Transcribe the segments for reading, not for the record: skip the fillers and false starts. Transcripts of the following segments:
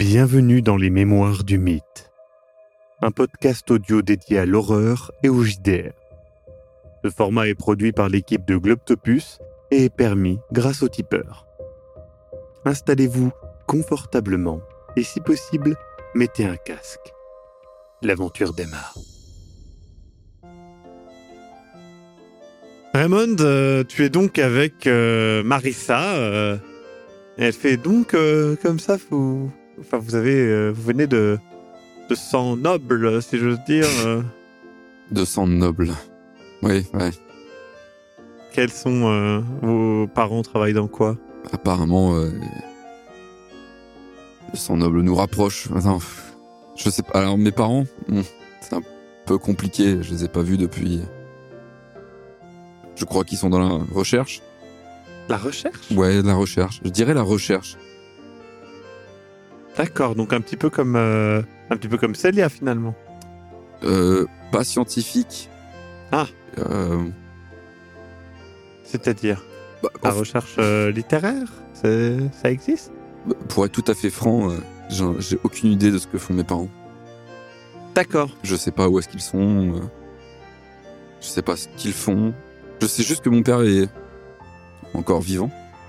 Bienvenue dans les Mémoires du Mythe, un podcast audio dédié à l'horreur et au JDR. Ce format est produit par l'équipe de Globtopus et est permis grâce au tipeur. Installez-vous confortablement et si possible, mettez un casque. L'aventure démarre. Raymond, tu es donc avec Marissa. Elle fait donc comme ça, vous venez de sang noble, si j'ose dire. De sang noble. Oui, ouais. Quels sont vos parents, travaillent dans quoi? Apparemment, le sang noble nous rapproche. Non, je sais pas. Alors, mes parents, c'est un peu compliqué. Je les ai pas vus depuis. Je crois qu'ils sont dans la recherche. La recherche? Ouais, la recherche. Je dirais la recherche. D'accord, donc un petit peu comme Célia finalement. Pas scientifique. Ah. C'est-à-dire la recherche littéraire, ça existe? Pour être tout à fait franc, j'ai aucune idée de ce que font mes parents. D'accord. Je sais pas où est-ce qu'ils sont. Je sais pas ce qu'ils font. Je sais juste que mon père est encore vivant.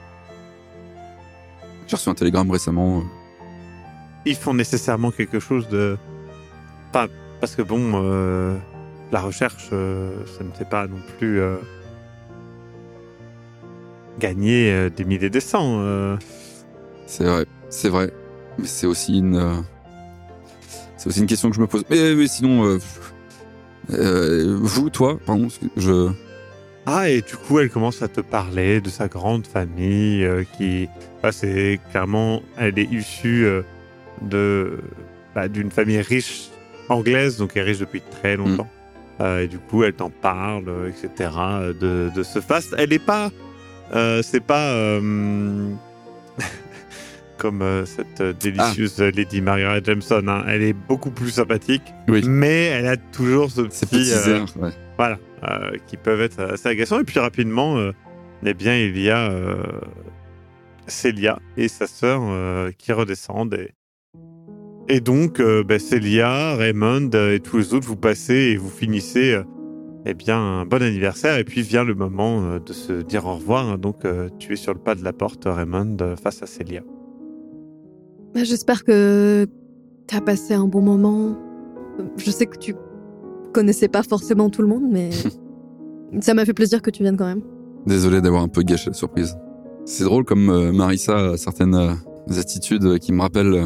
J'ai reçu un télégramme récemment. Ils font nécessairement quelque chose de... Enfin, parce que bon, la recherche, ça ne fait pas non plus gagner des milliers de cents. C'est vrai. Mais c'est aussi une question que je me pose. Mais sinon, toi, pardon, Ah, et du coup, elle commence à te parler de sa grande famille qui... c'est clairement... Elle est issue d'une famille riche anglaise, donc elle est riche depuis très longtemps. Et du coup, elle t'en parle, etc. de ce faste. Elle n'est pas... c'est pas... comme cette délicieuse Lady Margaret Jameson. Hein. Elle est beaucoup plus sympathique, oui. Mais elle a toujours ce petit... ouais. Voilà. Qui peuvent être assez agaçants. Et puis rapidement, il y a Célia et sa sœur qui redescendent. Et donc, Célia, Raymond et tous les autres, vous passez et vous finissez un bon anniversaire. Et puis vient le moment de se dire au revoir. Donc, tu es sur le pas de la porte, Raymond, face à Célia. J'espère que tu as passé un bon moment. Je sais que tu connaissais pas forcément tout le monde, mais ça m'a fait plaisir que tu viennes quand même. Désolé d'avoir un peu gâché la surprise. C'est drôle comme Marissa a certaines attitudes qui me rappellent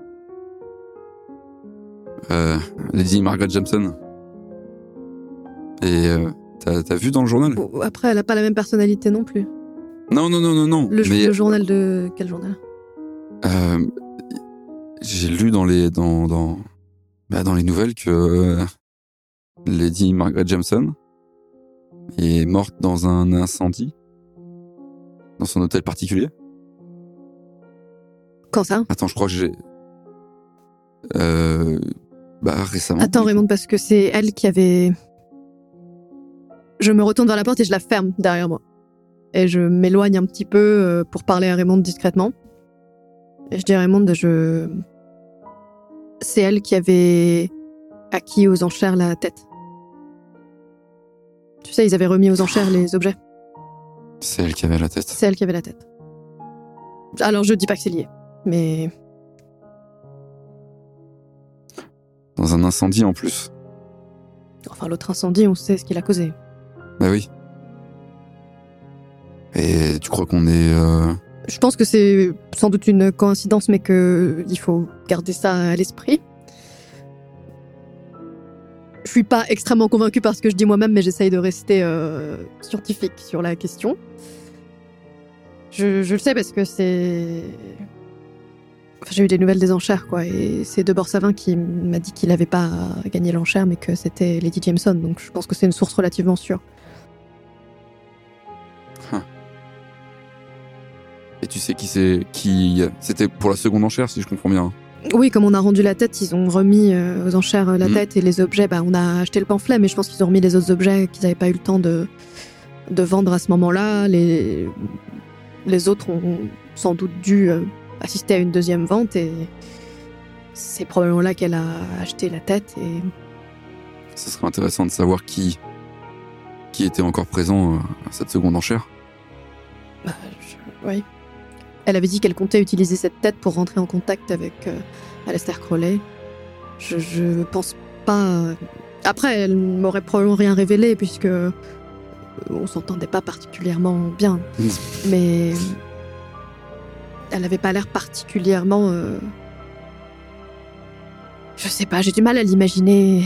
Lady Margaret Jameson. Et t'as vu dans le journal? Bon, après, elle a pas la même personnalité non plus. Non. Le journal de... Quel journal? J'ai lu dans les nouvelles que Lady Margaret Jameson est morte dans un incendie dans son hôtel particulier. Quand ça? Attends, je crois que j'ai... récemment. Attends, Raymond, parce que c'est elle qui avait... Je me retourne vers la porte et je la ferme derrière moi. Et je m'éloigne un petit peu pour parler à Raymond discrètement. Et je dis à Raymond, c'est elle qui avait acquis aux enchères la tête. Tu sais, ils avaient remis aux enchères les objets. C'est elle qui avait la tête. C'est elle qui avait la tête. Alors, je dis pas que c'est lié, mais... Dans un incendie, en plus. Enfin, l'autre incendie, on sait ce qu'il a causé. Bah oui. Et tu crois qu'on est... Je pense que c'est sans doute une coïncidence, mais qu'il faut garder ça à l'esprit. Je suis pas extrêmement convaincue par ce que je dis moi-même, mais j'essaye de rester scientifique sur la question. Je le sais parce que c'est... Enfin, j'ai eu des nouvelles des enchères, quoi, et c'est Debord Savin qui m'a dit qu'il n'avait pas gagné l'enchère, mais que c'était Lady Jameson, donc je pense que c'est une source relativement sûre. Et tu sais qui c'était pour la seconde enchère, si je comprends bien. Oui, comme on a rendu la tête, ils ont remis aux enchères la tête et les objets. On a acheté le pamphlet, mais je pense qu'ils ont remis les autres objets qu'ils n'avaient pas eu le temps de vendre à ce moment-là. Les autres ont sans doute dû assister à une deuxième vente et c'est probablement là qu'elle a acheté la tête et... Ça serait intéressant de savoir qui était encore présent à cette seconde enchère. Oui. Elle avait dit qu'elle comptait utiliser cette tête pour rentrer en contact avec Aleister Crowley. Je pense pas... Après, elle m'aurait probablement rien révélé puisque on s'entendait pas particulièrement bien. Mais elle avait pas l'air particulièrement... Je sais pas, j'ai du mal à l'imaginer.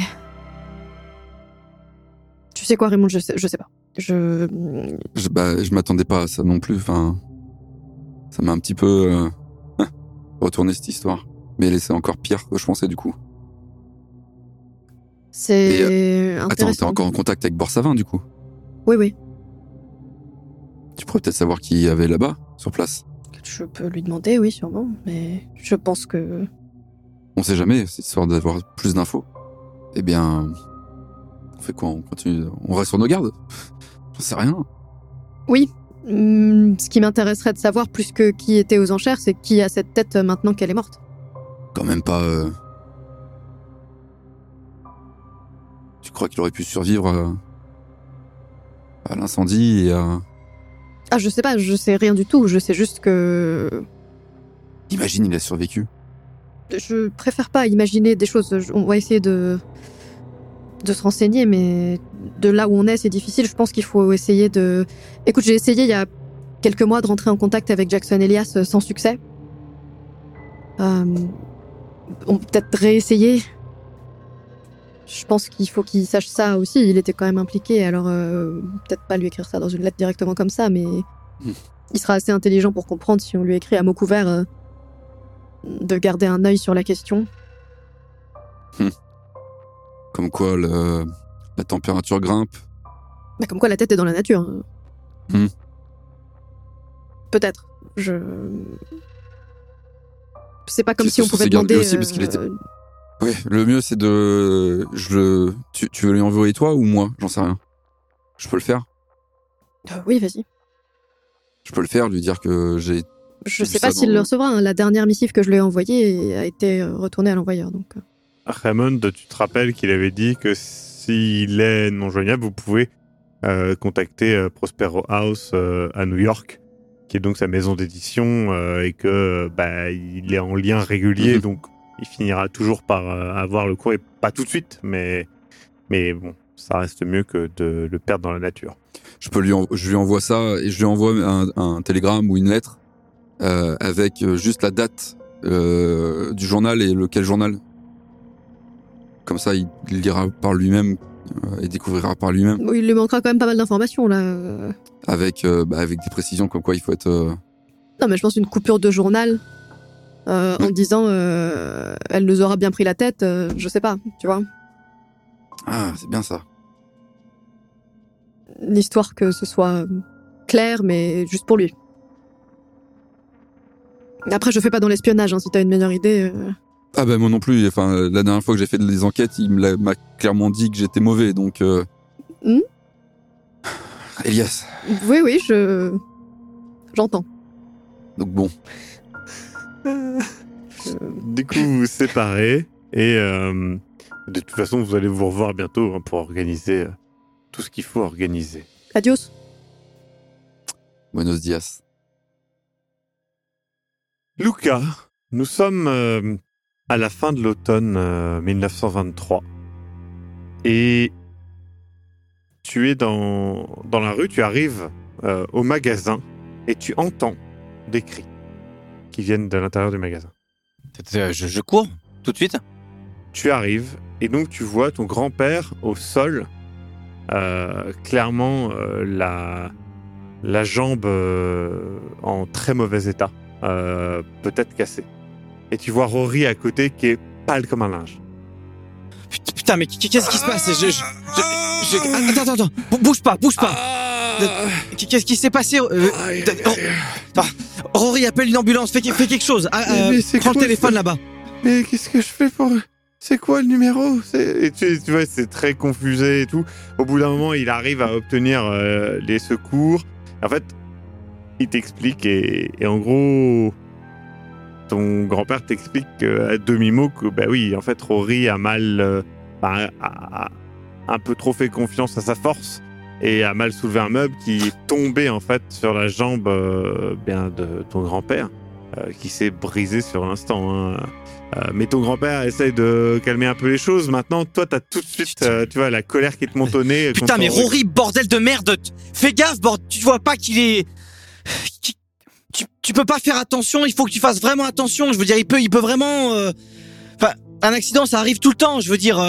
Tu sais quoi, Raymond, je sais pas. Je m'attendais pas à ça non plus. Enfin, ça m'a un petit peu retourné cette histoire. Mais c'est encore pire que je pensais du coup. C'est intéressant. Attends, t'es encore en contact avec Borsavin du coup? Oui. Tu pourrais peut-être savoir qui y avait là-bas, sur place. Je peux lui demander, oui, sûrement. Mais je pense que... On sait jamais, c'est histoire d'avoir plus d'infos. Eh bien, on fait quoi? On continue? On reste sur nos gardes? J'en sais rien. Oui. Ce qui m'intéresserait de savoir, plus que qui était aux enchères, c'est qui a cette tête maintenant qu'elle est morte. Quand même pas... Tu crois qu'il aurait pu survivre à l'incendie et à... Ah, je sais pas, je sais rien du tout. Je sais juste que... Imagine, il a survécu. Je préfère pas imaginer des choses. On va essayer de se renseigner, mais de là où on est, c'est difficile. Je pense qu'il faut essayer de... Écoute, j'ai essayé il y a quelques mois de rentrer en contact avec Jackson Elias sans succès. On peut peut-être réessayer. Je pense qu'il faut qu'il sache ça aussi. Il était quand même impliqué, alors peut-être pas lui écrire ça dans une lettre directement comme ça, mais il sera assez intelligent pour comprendre si on lui écrit à mots couverts de garder un œil sur la question. Comme quoi la température grimpe. Bah, comme quoi la tête est dans la nature. Peut-être. C'est pas comme si on pouvait demander... aussi parce qu'il était... Ouais, le mieux c'est de... Tu veux lui envoyer toi ou moi? J'en sais rien. Je peux le faire? Oui, vas-y. Je peux le faire, lui dire que j'ai... Je sais pas s'il le recevra. Hein. La dernière missive que je lui ai envoyée a été retournée à l'envoyeur. Donc... Raymond, tu te rappelles qu'il avait dit que s'il est non joignable, vous pouvez contacter Prospero House à New York, qui est donc sa maison d'édition, et que il est en lien régulier, donc il finira toujours par avoir le courrier. Pas tout de suite, mais bon, ça reste mieux que de le perdre dans la nature. Je lui envoie ça, et je lui envoie un télégramme ou une lettre avec juste la date du journal et lequel journal. Comme ça, il lira par lui-même et découvrira par lui-même. Il lui manquera quand même pas mal d'informations, là. Avec des précisions comme quoi il faut être... Non, mais je pense une coupure de journal en disant elle nous aura bien pris la tête, je sais pas, tu vois. Ah, c'est bien ça. L'histoire que ce soit clair, mais juste pour lui. Après, je fais pas dans l'espionnage, hein, si t'as une meilleure idée... Ah bah moi non plus, enfin, la dernière fois que j'ai fait des enquêtes, il m'a clairement dit que j'étais mauvais, donc... Elias. Oui, j'entends. Donc bon. Du coup, vous vous séparez, et de toute façon, vous allez vous revoir bientôt pour organiser tout ce qu'il faut organiser. Adios. Buenos dias. Luca, nous sommes à la fin de l'automne 1923. Et tu es dans la rue, tu arrives au magasin et tu entends des cris qui viennent de l'intérieur du magasin. Je cours tout de suite. Tu arrives et donc tu vois ton grand-père au sol, clairement la jambe en très mauvais état, peut-être cassée. Et tu vois Rory à côté qui est pâle comme un linge. Putain, mais qu'est-ce qui se passe? Attends, bouge pas. Qu'est-ce qui s'est passé? Rory, appelle une ambulance, fais quelque chose. Prends le téléphone là-bas. Mais qu'est-ce que je fais pour... C'est quoi le numéro? Et tu vois, c'est très confusé et tout. Au bout d'un moment, il arrive à obtenir les secours. En fait, il t'explique et en gros... ton grand-père t'explique à demi-mot que, bah oui, en fait, Rory a mal... a un peu trop fait confiance à sa force et a mal soulevé un meuble qui est tombé, en fait, sur la jambe de ton grand-père, qui s'est brisé sur l'instant, hein. Mais ton grand-père essaye de calmer un peu les choses. Maintenant, toi, t'as tout de suite, tu vois, la colère qui te monte au nez. Putain, mais Rory, bordel de merde! Fais gaffe, tu vois pas qu'il est... Tu peux pas faire attention, il faut que tu fasses vraiment attention. Je veux dire, il peut vraiment... Enfin, un accident, ça arrive tout le temps. Je veux dire...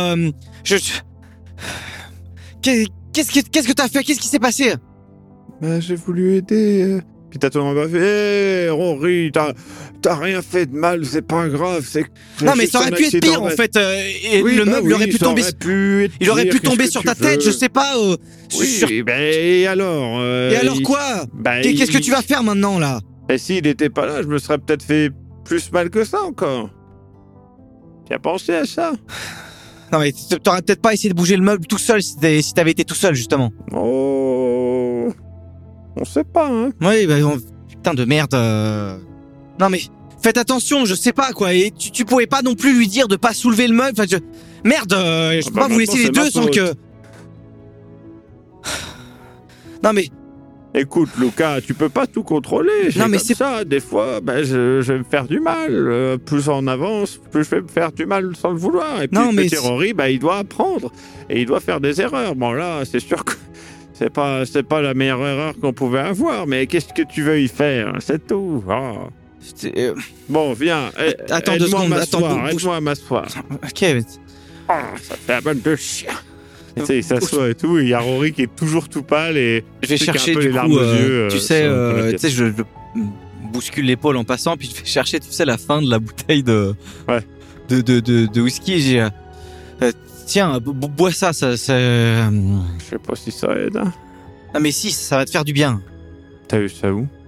Qu'est-ce que t'as fait? Qu'est-ce qui s'est passé? Bah, j'ai voulu aider... Puis t'as ton grand-père fait, hé, Rory, t'as rien fait de mal, c'est pas grave, c'est... Non, mais ça aurait pu être pire, en fait. Le meuble aurait pu tomber... Il aurait pu tomber sur ta tête, je sais pas... Oui, et alors Et alors quoi? Qu'est-ce que tu vas faire maintenant, là? Et s'il était pas là, je me serais peut-être fait plus mal que ça, encore. Tu as pensé à ça? Non, mais t'aurais peut-être pas essayé de bouger le meuble tout seul si t'avais été tout seul, justement. Oh... On sait pas, hein. Oui, putain de merde. Non, mais faites attention, je sais pas, quoi. Et tu pouvais pas non plus lui dire de pas soulever le meuble. Enfin, merde, je peux pas vous laisser les deux sans que... Non, mais... Écoute, Lucas, tu peux pas tout contrôler. Non, mais c'est ça. Des fois, je vais me faire du mal. Plus on avance, plus je vais me faire du mal sans le vouloir. Et puis, non, petit Rory, il doit apprendre. Et il doit faire des erreurs. Bon, là, c'est sûr que c'est pas la meilleure erreur qu'on pouvait avoir. Mais qu'est-ce que tu veux y faire? C'est tout. Oh. Bon, viens. Attends 2 secondes. Aide-moi à m'asseoir. Ok, mais... ça fait un bon de chien. Tu sais, il s'assoit et tout, et il y a Rory qui est toujours tout pâle et... Je vais chercher, du coup, tu sais, je bouscule l'épaule en passant, puis je vais chercher, tu sais, la fin de la bouteille de whisky. J'ai... tiens, bois ça. Je sais pas si ça aide. Hein. Ah mais si, ça va te faire du bien. T'as eu ça où?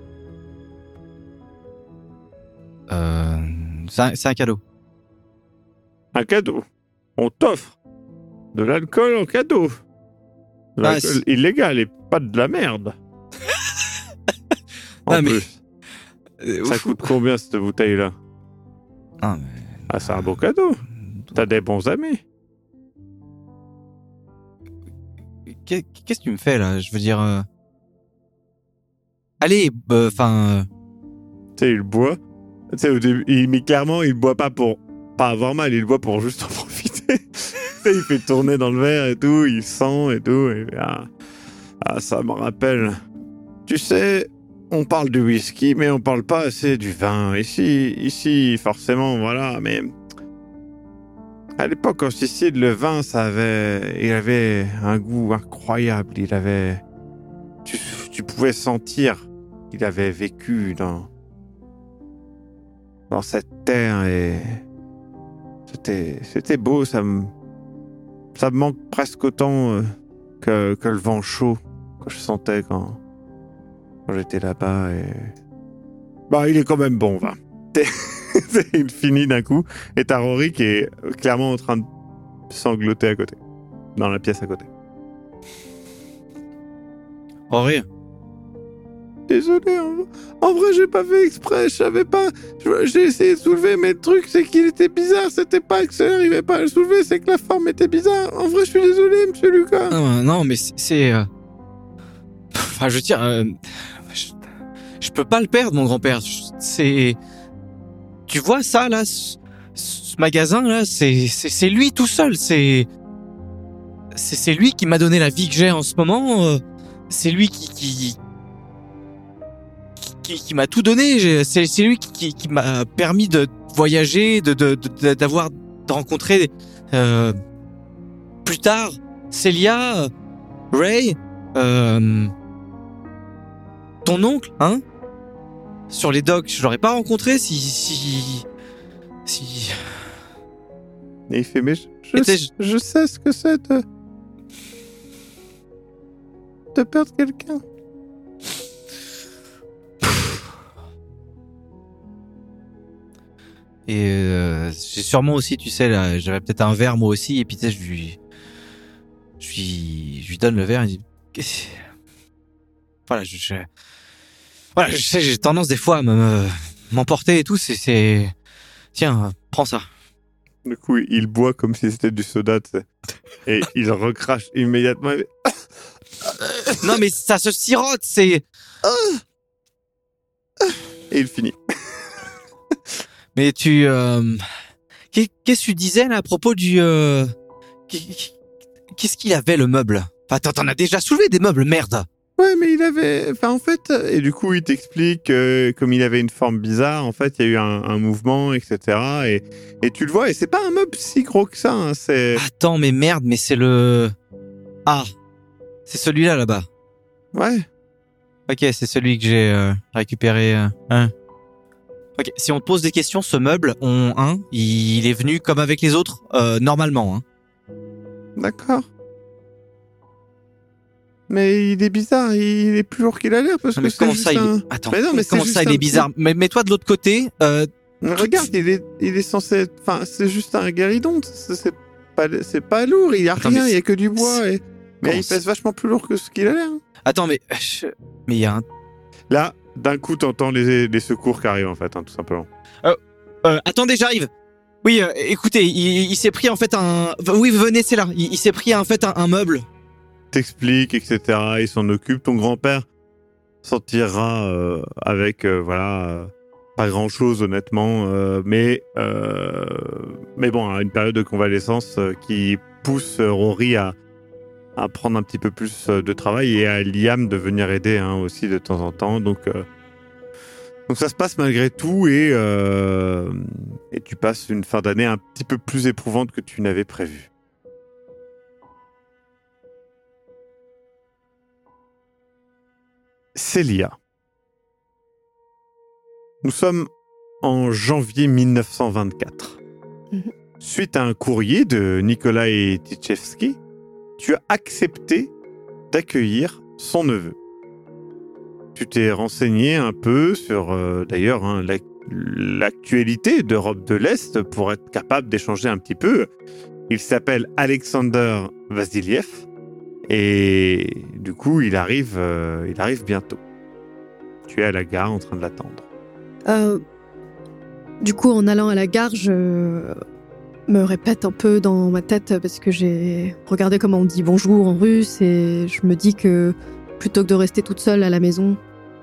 C'est un cadeau. Un cadeau? On t'offre de l'alcool en cadeau. De l'alcool illégal et pas de la merde. En plus. Ça coûte combien cette bouteille-là? C'est un beau cadeau. T'as des bons amis. Qu'est-ce que tu me fais là? Je veux dire... Allez, enfin... Tu sais, il boit. Tu sais, au début, mais clairement, il boit pas pour pas avoir mal, il boit pour juste en profiter. Il fait tourner dans le verre et tout, il sent et tout. Et ça me rappelle. Tu sais, on parle du whisky, mais on parle pas assez du vin. Ici, forcément, voilà, mais... À l'époque, en Sicile, le vin, il avait un goût incroyable. Tu pouvais sentir qu'il avait vécu dans cette terre et c'était beau. Ça me manque presque autant que le vent chaud que je sentais quand j'étais là-bas. Et... il est quand même bon, va. Il finit d'un coup et t'as Rory qui est clairement en train de sangloter à côté, dans la pièce à côté. Rory, désolé, en vrai j'ai pas fait exprès, je savais pas, j'ai essayé de soulever, mais le truc c'est qu'il était bizarre, c'était pas que ça n'arrivait pas à le soulever, c'est que la forme était bizarre. En vrai je suis désolé, monsieur Lucas. Non mais c'est... Enfin je veux dire... Je peux pas le perdre, mon grand-père. C'est... Tu vois ça, là, ce magasin, là, c'est lui tout seul. C'est lui qui m'a donné la vie que j'ai en ce moment. C'est lui qui m'a tout donné. C'est lui qui m'a permis de voyager, de rencontrer plus tard Célia, Ray, ton oncle, hein? Sur les docks, je l'aurais pas rencontré si... Et il fait, mais je sais ce que c'est de perdre quelqu'un. Et j'ai sûrement aussi, tu sais, là, j'avais peut-être un verre moi aussi, et puis tu sais, je lui donne le verre, et il dit... Voilà, je sais, j'ai tendance des fois à m'emporter et tout, c'est... Tiens, prends ça. Du coup, il boit comme si c'était du soda, tu sais. Et il recrache immédiatement. Non, mais ça se sirote, c'est... Et il finit. Mais tu... Qu'est-ce que tu disais là à propos du... Qu'est-ce qu'il avait le meuble? Enfin, t'en as déjà soulevé des meubles, merde. Ouais, mais il avait... Enfin, en fait... Et du coup, il t'explique comme il avait une forme bizarre, en fait, il y a eu un mouvement, etc. Et tu le vois, et c'est pas un meuble si gros que ça, hein, c'est... Attends, mais merde, mais c'est le... Ah, c'est celui-là, là-bas. Ouais. Ok, c'est celui que j'ai récupéré. Ok, si on te pose des questions, ce meuble, il est venu comme avec les autres, normalement. Hein. D'accord. Mais il est bizarre, il est plus lourd qu'il a l'air parce Non, mais que comment c'est ça, juste il un... est... Attends, Mais non, mais comment c'est ça, juste il un est bizarre. Mais mets-toi de l'autre côté. Regarde, il est censé... Enfin, c'est juste un guéridon, c'est pas lourd, il y a Attends, rien, mais il y a que du bois. Mais Comment il pèse vachement plus lourd que ce qu'il a l'air. Attends, mais il y a un... Là, d'un coup, t'entends les secours qui arrivent, en fait, hein, tout simplement. attendez, j'arrive. Oui, écoutez, il s'est pris en fait un... Oui, venez, c'est là. Il s'est pris en fait un meuble. T'explique, etc. Il s'en occupe. Ton grand-père s'en tirera avec, pas grand-chose, honnêtement. Mais bon, à une période de convalescence qui pousse Rory à prendre un petit peu plus de travail et à Liam de venir aider aussi de temps en temps. Donc ça se passe malgré tout et tu passes une fin d'année un petit peu plus éprouvante que tu n'avais prévu. Célia. Nous sommes en janvier 1924. Suite à un courrier de Nikolai Tchaikovsky, tu as accepté d'accueillir son neveu. Tu t'es renseigné un peu sur, d'ailleurs, l'actualité d'Europe de l'Est pour être capable d'échanger un petit peu. Il s'appelle Alexander Vasiliev et du coup, il arrive bientôt. Tu es à la gare en train de l'attendre. Du coup, en allant à la gare, je me répète un peu dans ma tête parce que j'ai regardé comment on dit bonjour en russe et je me dis que plutôt que de rester toute seule à la maison,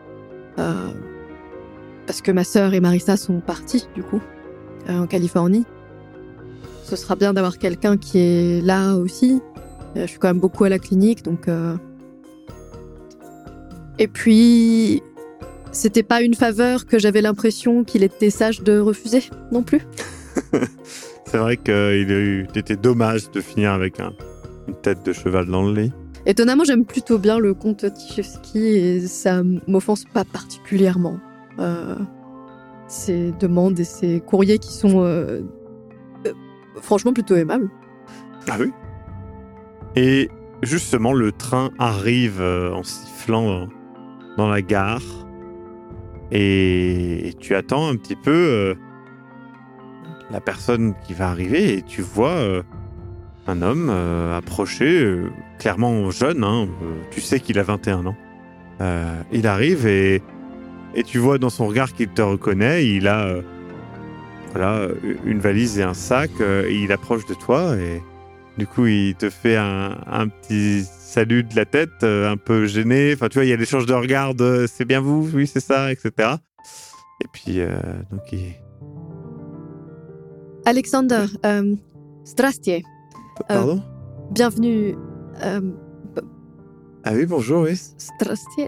parce que ma sœur et Marissa sont parties, du coup, en Californie, ce sera bien d'avoir quelqu'un qui est là aussi. Je suis quand même beaucoup à la clinique, donc... Et puis... C'était pas une faveur que j'avais l'impression qu'il était sage de refuser, non plus. C'est vrai qu'il était dommage de finir avec une tête de cheval dans le lit. Étonnamment, j'aime plutôt bien le comte Tchaikovsky et ça m'offense pas particulièrement. Ces demandes et ces courriers qui sont franchement plutôt aimables. Ah oui. Et justement, le train arrive en sifflant dans la gare. Et tu attends un petit peu la personne qui va arriver et tu vois un homme approcher, clairement jeune, tu sais qu'il a 21 ans. Il arrive et tu vois dans son regard qu'il te reconnaît, il a une valise et un sac, et il approche de toi et du coup il te fait un petit salut de la tête, un peu gêné, enfin tu vois il y a l'échange de regards, c'est bien vous, oui c'est ça, etc. Et puis donc il... Alexander, Zdrastie. Pardon Bienvenue. Ah oui, bonjour, oui. Zdrastie.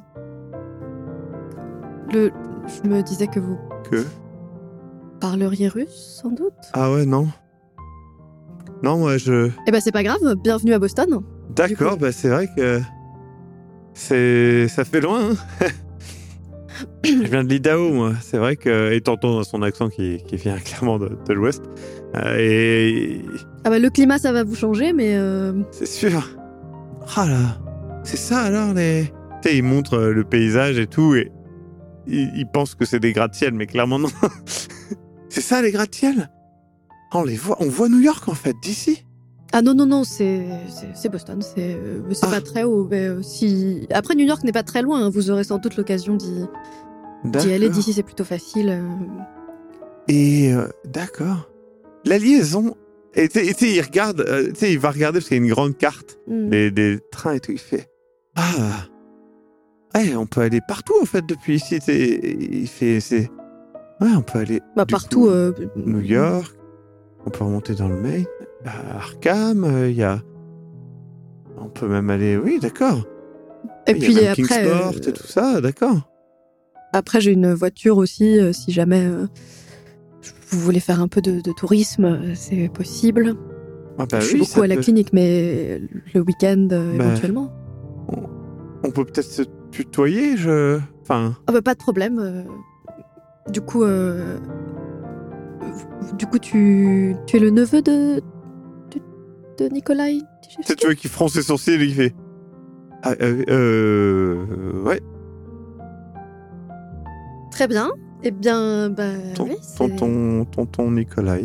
Je me disais que vous... Que parleriez russe, sans doute. Ah ouais, non. Non, moi je... Eh ben c'est pas grave, bienvenue à Boston. D'accord, bah c'est vrai que... Ça fait loin, hein. Je viens de l'Idaho, moi. C'est vrai que... Et t'entends son accent qui vient clairement de l'Ouest. Et... Ah bah le climat, ça va vous changer, mais... C'est sûr. Ah là, c'est ça alors, les... Tu sais, il montre le paysage et tout, et il pense que c'est des gratte-ciel, mais clairement non. C'est ça, les gratte-ciel? On les voit, on voit New York, en fait, d'ici. Ah non, c'est Boston, c'est pas très haut. Mais, si... Après, New York n'est pas très loin, hein, vous aurez sans doute l'occasion D'y aller d'ici, c'est plutôt facile. Et d'accord. La liaison. Et tu sais, il regarde, il va regarder parce qu'il y a une grande carte des trains et tout. Il fait ouais, on peut aller partout en fait depuis ici. Il fait ouais, on peut aller partout. New York. On peut remonter dans le Maine, à Arkham. Il y a. On peut même aller. Oui, d'accord. Et puis y a après. Kingsport et tout ça, d'accord. Après, j'ai une voiture aussi, si jamais vous voulez faire un peu de tourisme, c'est possible. Je suis beaucoup à la clinique, mais le week-end, éventuellement. On peut peut-être se tutoyer, Enfin... pas de problème. Du coup, tu es le neveu de Nikolai. C'est tu vois qui fronce ses sourcils et qui fait... ouais. Très bien. Eh bien, oui, c'est... Tonton Nikolai.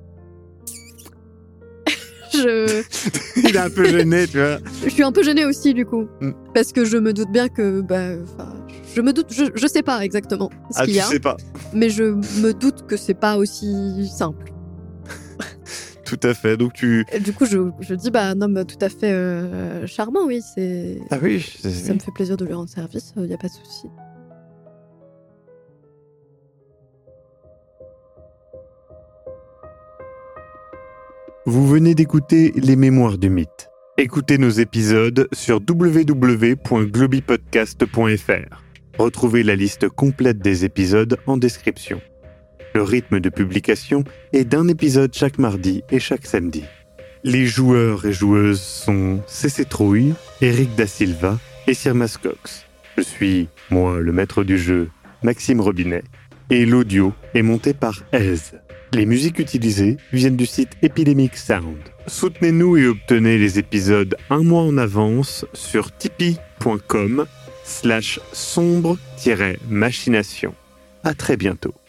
Il est un peu gêné, tu vois. Je suis un peu gênée aussi, du coup. Parce que je me doute bien que... je sais pas exactement ce qu'il y a. Tu sais pas. Mais je me doute que c'est pas aussi simple. Tout à fait, donc tu... Et du coup, je dis, un homme tout à fait charmant, oui. Ah oui, ça me fait plaisir de lui rendre service, y a pas de souci. Vous venez d'écouter Les Mémoires du Mythe. Écoutez nos épisodes sur www.globipodcast.fr. Retrouvez la liste complète des épisodes en description. Le rythme de publication est d'un épisode chaque mardi et chaque samedi. Les joueurs et joueuses sont CC Trouille, Eric Da Silva et Sirmas Cox. Je suis, moi, le maître du jeu, Maxime Robinet, et l'audio est monté par Aise. Les musiques utilisées viennent du site Epidemic Sound. Soutenez-nous et obtenez les épisodes un mois en avance sur tipeee.com/sombre-machination. À très bientôt.